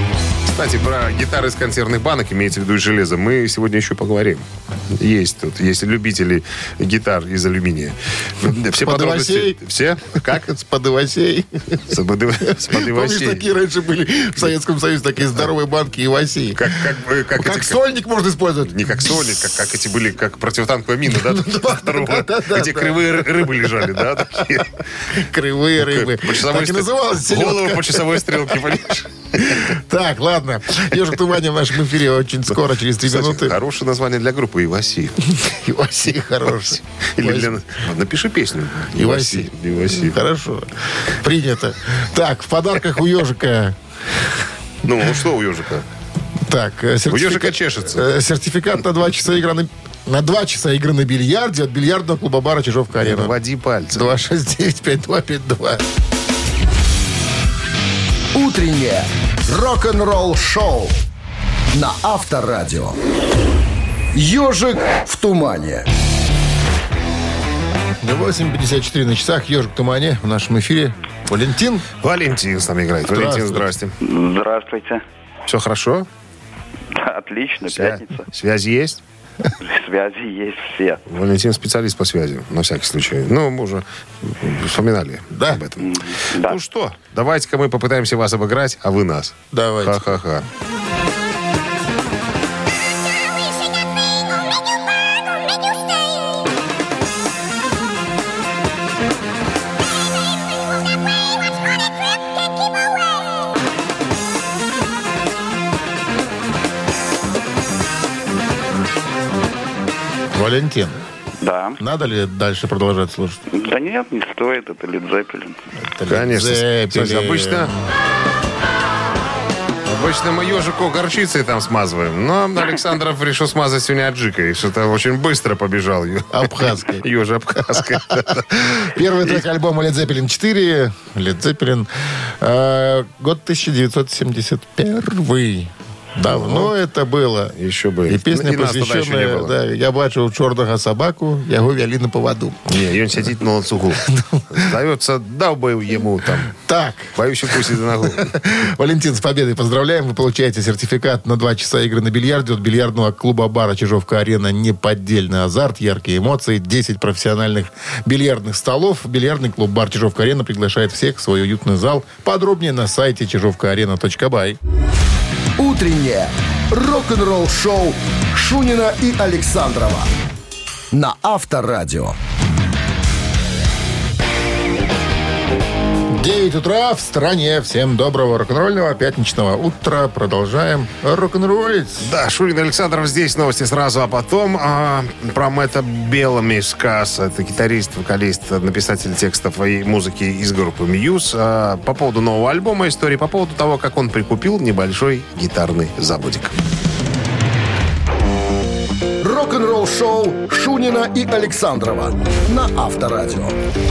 Кстати, про гитары из консервных банок, имеется в виду и железо, мы сегодня еще поговорим. Есть любители гитар из алюминия. Все подробности... Все? Как? С подывосей. С подывосей. Помнишь, такие раньше были в Советском Союзе, такие здоровые банки Ивасии. Как сольник можно использовать. Не как сольник, как эти были, как противотанковая мина, да? Где кривые рыбы лежали, да? Такие. Кривые рыбы. Так и называлось. Голову по часовой стрелке, понимаешь? Так, ладно. «Ежик в тумане» в нашем эфире очень скоро, через 3 минуты. Хорошее название для группы «Иваси». «Иваси» хороший. Напиши песню. «Иваси». Хорошо. Принято. Так, в подарках у «Ежика». Ну, что у «Ежика»? Так, у «Ежика» чешется. Сертификат на 2 часа игры на бильярде от бильярдного клуба-бара «Чижовка-арена». Води пальцы. 269-5252. Утреннее рок-н-ролл-шоу на Авторадио. «Ежик в тумане». 8:54 на часах. «Ежик в тумане» в нашем эфире. Валентин с нами играет. Валентин, здрасте. Здравствуйте. Все хорошо? Отлично, пятница. Связь есть? Связи есть все. Валентин специалист по связи, на всякий случай. Ну, мы уже вспоминали об этом. Да. Ну что, давайте-ка мы попытаемся вас обыграть, а вы нас. Давайте. Ха-ха-ха. Валентин, Да. надо ли дальше продолжать слушать? Да нет, не стоит, это Led Zeppelin. Конечно. Слушайте, обычно мы «Ежику» горчицей там смазываем, но Александров решил смазать сегодня аджикой, что-то очень быстро побежал. Абхазской. «Ежи абхазской». Первый трек альбома Led Zeppelin 4. Led Zeppelin. Год 1971. Давно это было. Еще бы. И песня, посвященная, да, «Я бачу чорного собаку, яго вели на поводу». Не, он сидит на ланцугу. Зовется, дал бы ему там. Так. Боюсь укусить за ногу. Валентин, с победой поздравляем. Вы получаете сертификат на 2 часа игры на бильярде от бильярдного клуба-бара «Чижовка-арена». Неподдельный азарт, яркие эмоции, 10 профессиональных бильярдных столов. Бильярдный клуб-бар «Чижовка-арена» приглашает всех в свой уютный зал. Подробнее на сайте чижовкаарена.бай. Утреннее рок-н-ролл-шоу Шунина и Александрова на Авторадио. 9 утра в стране. Всем доброго рок-н-ролльного пятничного утра. Продолжаем рок-н-роллить. Да, Шунин Александров здесь. Новости сразу, а потом про Мэтта Беллами сказ. Это гитарист, вокалист, написатель текстов и музыки из группы Muse. По поводу нового альбома истории, по поводу того, как он прикупил небольшой гитарный заводик. Рок-н-ролл-шоу Шунина и Александрова на Авторадио.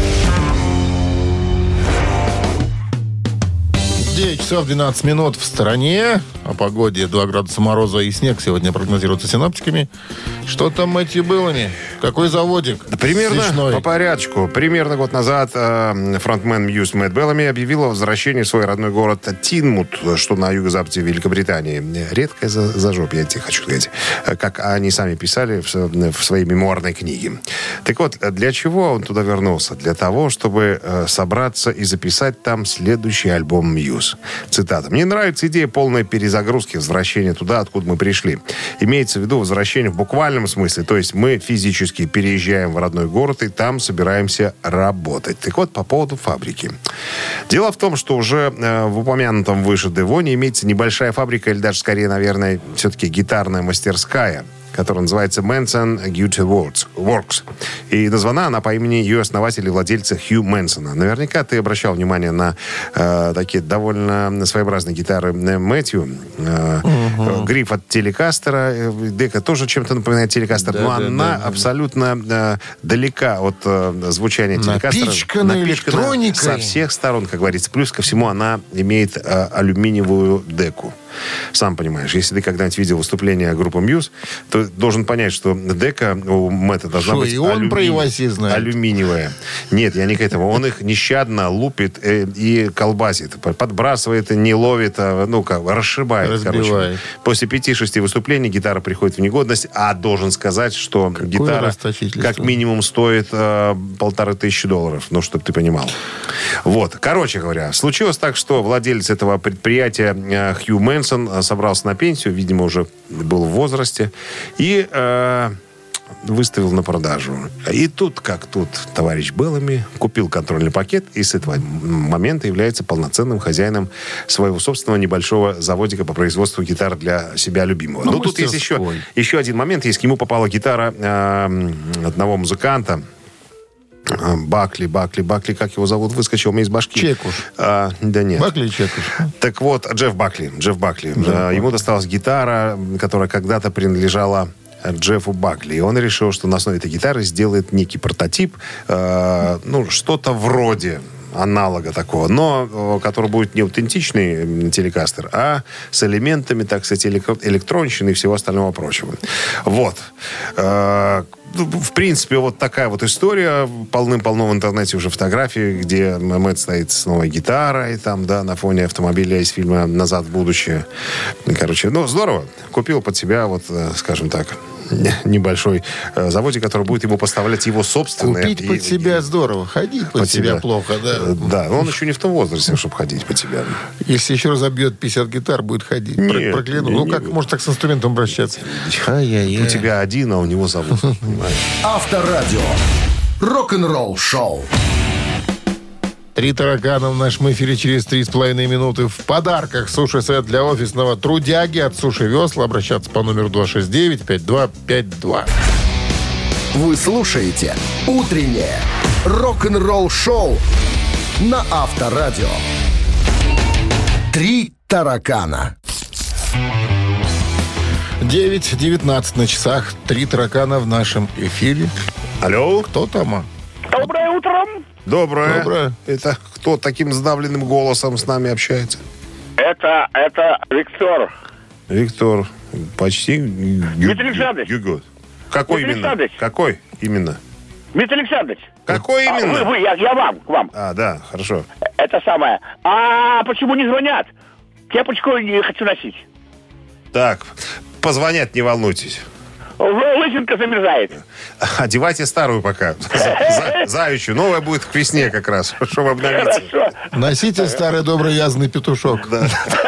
9 часов 12 минут в стороне. О погоде 2 градуса мороза и снег сегодня прогнозируется синоптиками. Что там эти белыми? Какой заводик? Да, примерно свечной? по порядку. Примерно год назад фронтмен Muse Мэтт Беллами объявил о возвращении в свой родной город Тинмут, что на юго-западе Великобритании. Редкое зажопье, я тебе хочу сказать. Как они сами писали в своей мемуарной книге. Так вот, для чего он туда вернулся? Для того, чтобы собраться и записать там следующий альбом Muse. Цитата. «Мне нравится идея полной перезагрузки, возвращения туда, откуда мы пришли. Имеется в виду возвращение в буквальном смысле, то есть мы физически переезжаем в родной город и там собираемся работать». Так вот, по поводу фабрики. Дело в том, что уже в упомянутом выше Девоне имеется небольшая фабрика, или даже скорее, наверное, все-таки гитарная мастерская, которая называется Manson Guitar Works. И названа она по имени ее основателя и владельца Хью Мэнсона. Наверняка ты обращал внимание на такие довольно своеобразные гитары Мэтью. Гриф от Телекастера. Дека тоже чем-то напоминает Телекастер, но она абсолютно далека от звучания Телекастера. Напичкана электроникой. Со всех сторон, как говорится. Плюс ко всему она имеет алюминиевую деку. Сам понимаешь, если ты когда-нибудь видел выступление группы Muse, то должен понять, что дека у Мэтта должна быть и он про Иваси знает. алюминиевая. Нет, я не к этому. Он их нещадно лупит и колбасит. Подбрасывает, не ловит, расшибает. Разбивает. Короче. После 5-6 выступлений гитара приходит в негодность, а должен сказать, что гитара как минимум стоит $1500. Ну, чтобы ты понимал. Вот. Короче говоря, случилось так, что владелец этого предприятия Хью Мэнсон собрался на пенсию, видимо, уже был в возрасте, и выставил на продажу. И тут, как тут, товарищ Беллами купил контрольный пакет и с этого момента является полноценным хозяином своего собственного небольшого заводика по производству гитар для себя любимого. Ну, тут есть еще один момент. Есть к нему попала гитара одного музыканта. Бакли, как его зовут, выскочил мне из башки. Чекуш. Да нет. Бакли и Чекуш. Так вот, Джефф Бакли. Ему досталась гитара, которая когда-то принадлежала Джеффу Бакли. И он решил, что на основе этой гитары сделает некий прототип, что-то вроде аналога такого, но который будет не аутентичный телекастер, а с элементами, так сказать, электронщины и всего остального прочего. Вот. В принципе, вот такая вот история. Полным-полно в интернете уже фотографии, где Мэтт стоит с новой гитарой, там, да, на фоне автомобиля из фильма «Назад в будущее». Короче, здорово. Купил под себя, вот, скажем так, небольшой заводик, который будет ему поставлять его собственные. Купить под себя здорово. Ходить под себя плохо, да. Да, но он еще не в том возрасте, чтобы ходить под себя. Если еще разобьет 50 гитар, будет ходить. Прокляну. Как может так с инструментом обращаться? У тебя один, а у него зовут. Авторадио. Рок-н-ролл шоу. 3 таракана в нашем эфире через 3,5 минуты. В подарках суши-сет для офисного трудяги от Суши Весла. Обращаться по номеру 269-5252. Вы слушаете «Утреннее рок-н-ролл-шоу» на Авторадио. 3 таракана. 9:19 на часах. 3 таракана в нашем эфире. Алло. Кто там? Доброе утро. Доброе. Это кто таким сдавленным голосом с нами общается? Это Виктор. Виктор. Почти. Дмитрий Александрович. Какой именно? Какой именно? Дмитрий Александрович. Какой именно? Я к вам. А, да, хорошо. Это самое. А почему не звонят? Кепочку не хочу носить. Так, позвонят, не волнуйтесь. Лысинка замерзает. Одевайте старую пока. Заячью. Новая будет к весне как раз, чтобы обновиться. Носите старый добрый вязаный петушок. Да.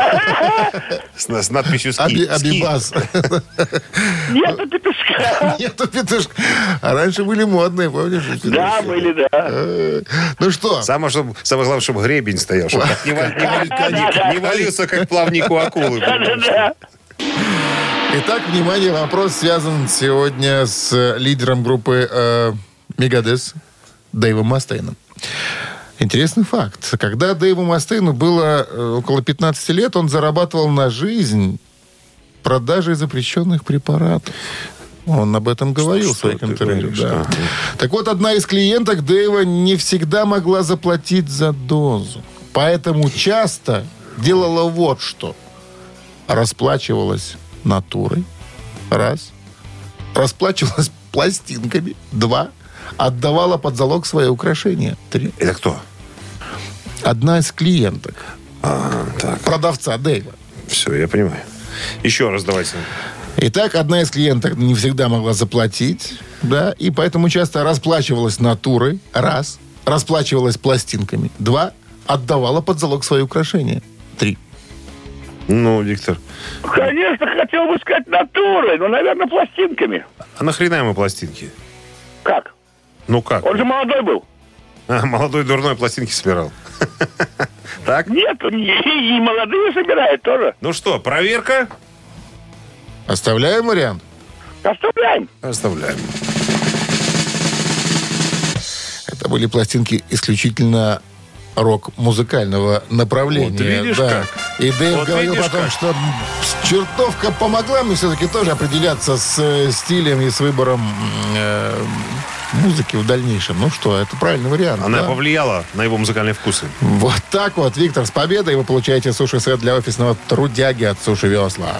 С надписью «Ски». Абибас. Нету петушка. Нету петушка. А раньше были модные, помнишь? Да, были, да. Ну что? Самое главное, чтобы гребень стоял, чтобы не валился, как плавник у акулы. Да. Итак, внимание, вопрос связан сегодня с лидером группы Megadeth Дэйвом Мастейном. Интересный факт. Когда Дэйву Мастейну было около 15 лет, он зарабатывал на жизнь продажей запрещенных препаратов. Он об этом говорил в своих интервью. Да. Так вот, одна из клиенток Дэйва не всегда могла заплатить за дозу. Поэтому часто делала вот что. Расплачивалась натурой. Раз. Расплачивалась пластинками. 2. Отдавала под залог свои украшения. 3. Это кто? Одна из клиенток. Так. Продавца Дэйва. Все, я понимаю. Еще раз давайте. Итак, одна из клиенток не всегда могла заплатить. Да, и поэтому часто расплачивалась натурой. 1. Расплачивалась пластинками. 2. Отдавала под залог свои украшения. 3. Ну, Виктор. Конечно, хотел бы сказать натурой, но, наверное, пластинками. А нахрена ему пластинки? Как? Ну как? Он же молодой был. Молодой дурной пластинки собирал. Так? Нет, и молодые собирают тоже. Ну что, проверка? Оставляем вариант? Оставляем. Оставляем. Это были пластинки исключительно рок-музыкального направления. Вот видишь да. как. И Дэйв вот говорил видишь потом, как. что чертовка помогла мне все-таки тоже определяться с стилем и с выбором музыки в дальнейшем. Ну что, это правильный вариант. Она да? повлияла на его музыкальные вкусы. Вот так вот, Виктор, с победой вы получаете суши-сет для офисного трудяги от Суши Весла.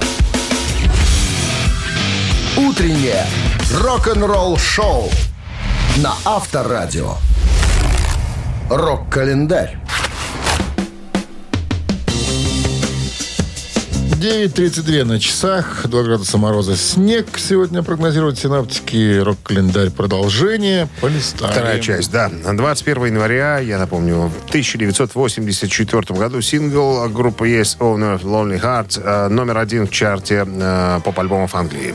Утреннее рок-н-ролл-шоу на Авторадио. Рок-календарь. 9:32 на часах, 2 градуса мороза, снег сегодня прогнозируют синаптики. Рок-календарь продолжение. Полистаем. Вторая часть, да. 21 января, я напомню, в 1984 году сингл группы Yes, Owner of Lonely Hearts, номер 1 в чарте поп-альбомов Англии.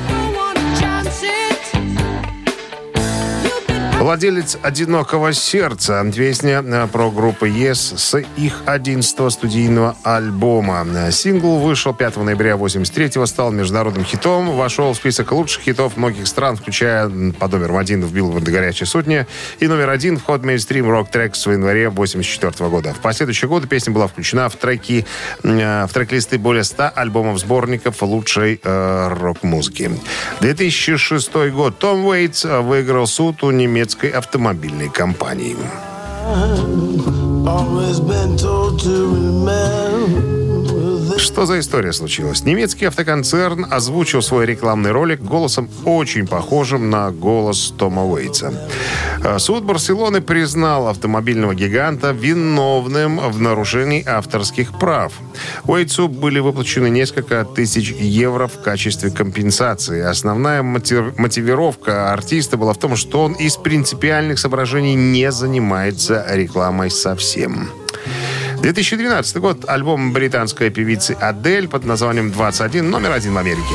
«Владелец одинокого сердца». Песня про группу Yes с их 11-го студийного альбома. Сингл вышел 5 ноября 1983-го, стал международным хитом, вошел в список лучших хитов многих стран, включая под номером 1 в Billboard «Горячая сотня» и номер 1 в Hot Mainstream Rock Tracks в январе 1984 года. В последующие годы песня была включена в трек-листы более 100 альбомов-сборников лучшей рок-музыки. 2006 год. Том Уэйтс выиграл суд у немецкой автомобильной компании. Что за история случилась? Немецкий автоконцерн озвучил свой рекламный ролик голосом, очень похожим на голос Тома Уэйтса. Суд Барселоны признал автомобильного гиганта виновным в нарушении авторских прав. Уэйтсу были выплачены несколько тысяч евро в качестве компенсации. Основная мотивировка артиста была в том, что он из принципиальных соображений не занимается рекламой совсем. 2012 год. Альбом британской певицы Адель под названием «21», номер 1 в Америке.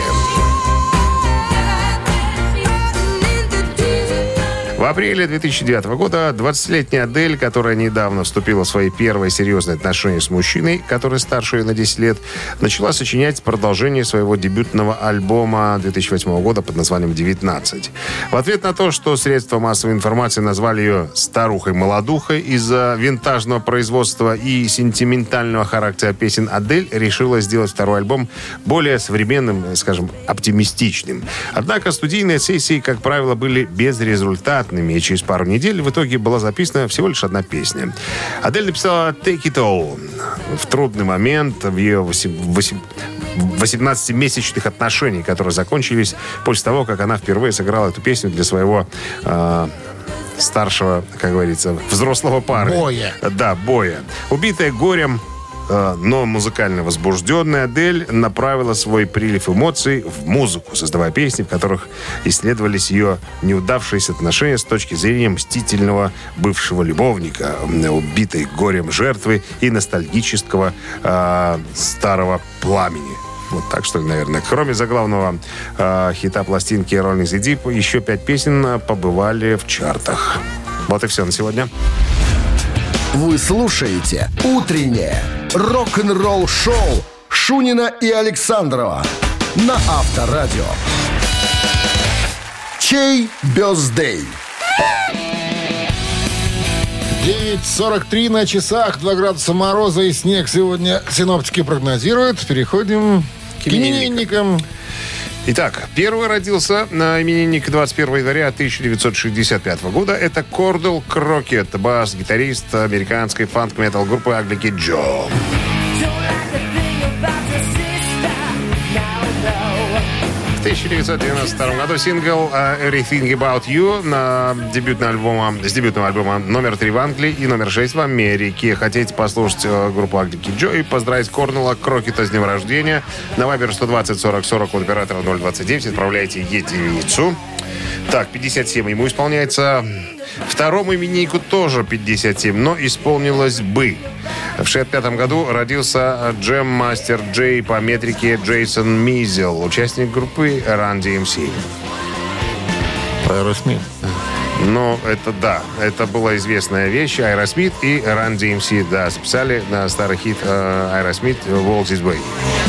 В апреле 2009 года 20-летняя Адель, которая недавно вступила в свои первые серьезные отношения с мужчиной, который старше ее на 10 лет, начала сочинять продолжение своего дебютного альбома 2008 года под названием «19». В ответ на то, что средства массовой информации назвали ее «старухой-молодухой» из-за винтажного производства и сентиментального характера песен, Адель решила сделать второй альбом более современным, скажем, оптимистичным. Однако студийные сессии, как правило, были безрезультатными. И через пару недель в итоге была записана всего лишь одна песня. Адель написала «Take It All» в трудный момент в ее 18-месячных отношений, которые закончились после того, как она впервые сыграла эту песню для своего старшего, как говорится, взрослого парня. Боя. Да, Боя. Убитая горем, но музыкально возбужденная, Адель направила свой прилив эмоций в музыку, создавая песни, в которых исследовались ее неудавшиеся отношения с точки зрения мстительного бывшего любовника, убитой горем жертвы и ностальгического старого пламени. Вот так, что ли, наверное. Кроме заглавного хита пластинки Rolling the Deep, еще 5 песен побывали в чартах. Вот и все на сегодня. Вы слушаете «Утреннее рок-н-ролл-шоу» Шунина и Александрова на Авторадио. Чей бёздей? 9:43 на часах, 2 градуса мороза и снег сегодня синоптики прогнозируют. Переходим к именинникам. Итак, первый родился именинник 21 января 1965 года. Это Кордел Крокет, бас-гитарист американской фанк-метал группы Ugly Kid Joe. В 1992 году сингл «Everything About You» с дебютного альбома номер 3 в Англии и номер 6 в Америке. Хотите послушать группу Ugly Kid Joe и поздравить Корнела Крокета с днем рождения? На Viber 120 40 40 от оператора 029 отправляйте единицу. Так, 57 ему исполняется. Второму имениннику тоже 57, но исполнилось бы. В 65 году родился джем-мастер Джей по метрике Джейсон Мизел, участник группы Run DMC. Aerosmith. Ну, это была известная вещь. Aerosmith и Run DMC, да, записали на старый хит Aerosmith «Walk This Way».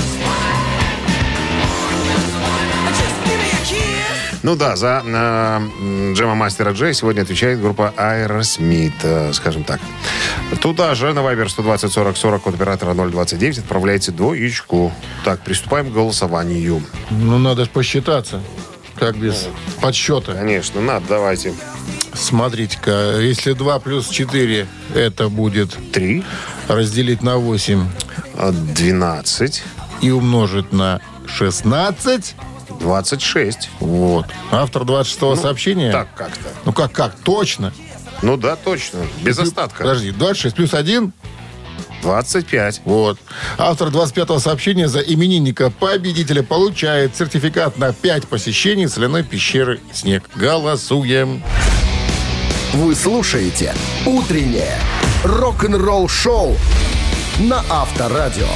Ну да, за джема мастера Джей сегодня отвечает группа Aerosmith, скажем так. Туда же на Viber 120 40 40 от оператора 029 отправляйте двоечку. Так, приступаем к голосованию. Ну, надо посчитаться. Как без подсчета. Конечно, надо, давайте. Смотрите-ка, если 2 плюс 4, это будет 3. Разделить на 8. 12. И умножить на 16. 26. Вот. Автор 26-го сообщения. Так как-то. Ну как? Точно. Ну да, точно. Без остатка. Подожди, 26 плюс 1. 25. Вот. Автор 25-го сообщения за именинника победителя получает сертификат на 5 посещений соляной пещеры «Снег». Голосуем. Вы слушаете «Утреннее рок-н-ролл-шоу» на Авторадио.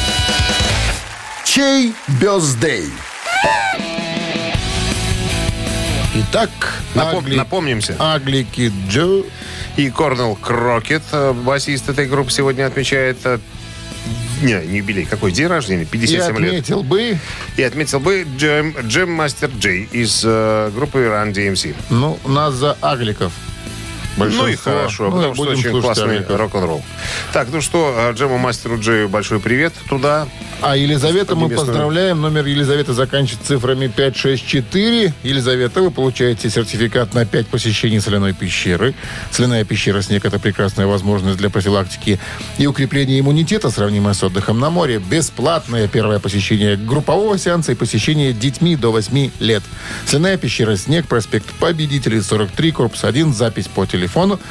Чей бёздей? Итак, напомнимся. Агли Кид Джо и Корнел Крокет, басист этой группы, сегодня отмечает не юбилей, какой день рождения? 57 лет. И отметил бы Джем Мастер Джей из группы Run DMC. Ну, нас за агликов. Ну и хорошо, потому что очень классный рок-н-ролл. Так, ну что, Джему Мастеру Джею большой привет туда. А Елизавету мы поздравляем. Номер Елизаветы заканчивает цифрами 564. Елизавета, вы получаете сертификат на 5 посещений соляной пещеры. Соляная пещера «Снег» — это прекрасная возможность для профилактики и укрепления иммунитета, сравнимая с отдыхом на море. Бесплатное первое посещение группового сеанса и посещение детьми до 8 лет. Соляная пещера «Снег», проспект Победителей, 43, корпус 1, запись по телефону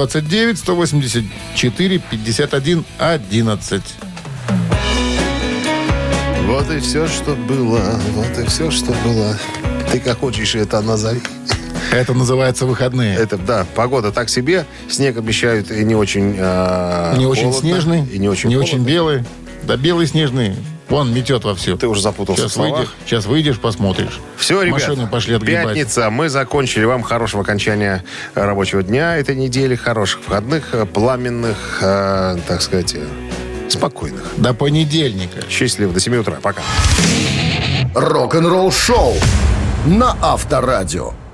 029-184-51-11. Вот и все, что было. Вот и все, что было. Ты как хочешь это назови. Это называется выходные. Это, да, погода так себе. Снег обещают и не очень не очень снежный, и не очень белый. Да, белый снежный. Вон метет вовсю. Ты уже запутался в словах. Сейчас выйдешь, посмотришь. Все, ребят, машины пошли отгребать. Пятница. Мы закончили. Вам хорошего окончания рабочего дня этой недели. Хороших выходных, пламенных, так сказать, спокойных. До понедельника. Счастливо. До 7 утра. Пока. Рок-н-ролл шоу на Авторадио.